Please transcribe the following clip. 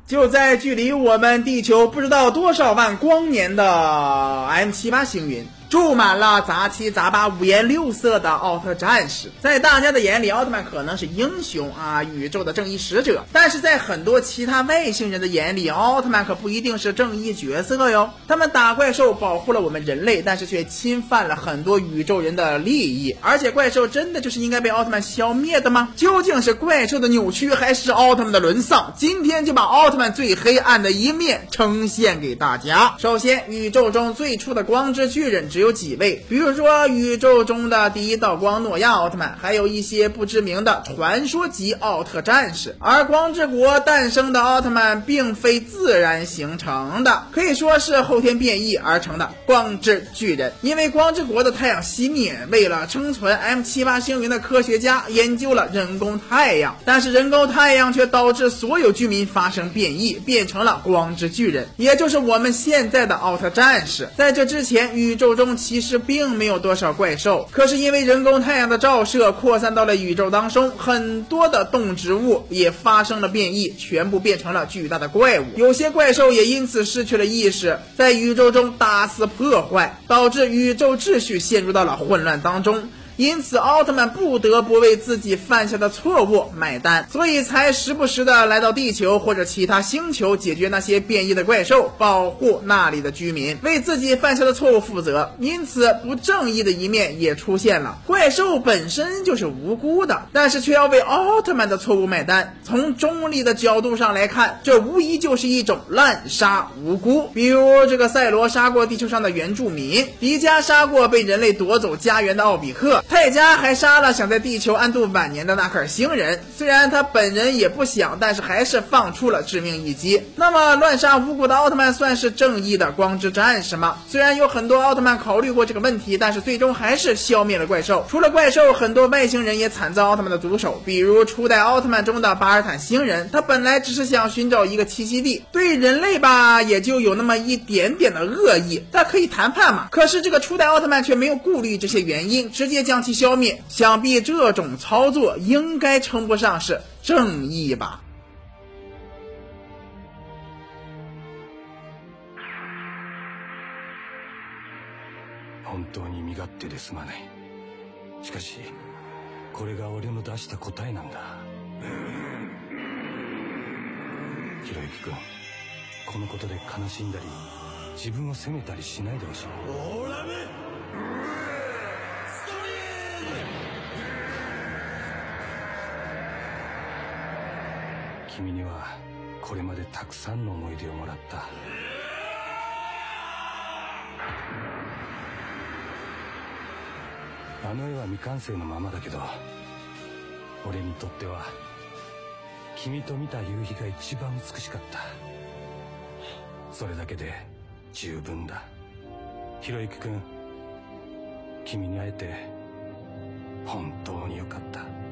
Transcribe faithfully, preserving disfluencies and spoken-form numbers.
就在距离我们地球不知道多少万光年的 M 七八 星云，住满了杂七杂八五颜六色的奥特战士。在大家的眼里，奥特曼可能是英雄啊，宇宙的正义使者，但是在很多其他外星人的眼里，奥特曼可不一定是正义角色哟。他们打怪兽保护了我们人类，但是却侵犯了很多宇宙人的利益。而且怪兽真的就是应该被奥特曼消灭的吗？究竟是怪兽的扭曲还是奥特曼的沦丧？今天就把奥特曼最黑暗的一面呈现给大家。首先，宇宙中最初的光之巨人只有几位，比如说宇宙中的第一道光诺亚奥特曼，还有一些不知名的传说级奥特战士。而光之国诞生的奥特曼并非自然形成的，可以说是后天变异而成的光之巨人。因为光之国的太阳熄灭，为了生存 M 七八 星云的科学家研究了人工太阳，但是人工太阳却导致所有居民发生变异，变成了光之巨人，也就是我们现在的奥特战士。在这之前，宇宙中其实并没有多少怪兽，可是因为人工太阳的照射扩散到了宇宙当中，很多的动植物也发生了变异，全部变成了巨大的怪物。有些怪兽也因此失去了意识，在宇宙中大肆破坏，导致宇宙秩序陷入到了混乱当中。因此奥特曼不得不为自己犯下的错误买单，所以才时不时的来到地球或者其他星球，解决那些变异的怪兽，保护那里的居民，为自己犯下的错误负责。因此不正义的一面也出现了，怪兽本身就是无辜的，但是却要为奥特曼的错误买单。从中立的角度上来看，这无疑就是一种滥杀无辜。比如这个赛罗杀过地球上的原住民，迪迦杀过被人类夺走家园的奥比克，泰迦还杀了想在地球安度晚年的纳克尔星人，虽然他本人也不想，但是还是放出了致命一击。那么乱杀无辜的奥特曼算是正义的光之战士吗？虽然有很多奥特曼考虑过这个问题，但是最终还是消灭了怪兽。除了怪兽，很多外星人也惨遭奥特曼的毒手，比如初代奥特曼中的巴尔坦星人，他本来只是想寻找一个栖息地，对人类吧也就有那么一点点的恶意，他可以谈判嘛。可是这个初代奥特曼却没有顾虑这些原因，直接将其消灭，想必这种操作应该称不上是正义吧。 本当に身勝手ですまない。しかしこれが俺の出した答えなんだ。ひろゆき君、このことで悲しんだり自分を責めたりしないでほしい。オーラム君にはこれまでたくさんの思い出をもらった。あの絵は未完成のままだけど、俺にとっては君と見た夕日が一番美しかった。それだけで十分だ。ひろゆき君、君に会えて本当によかった。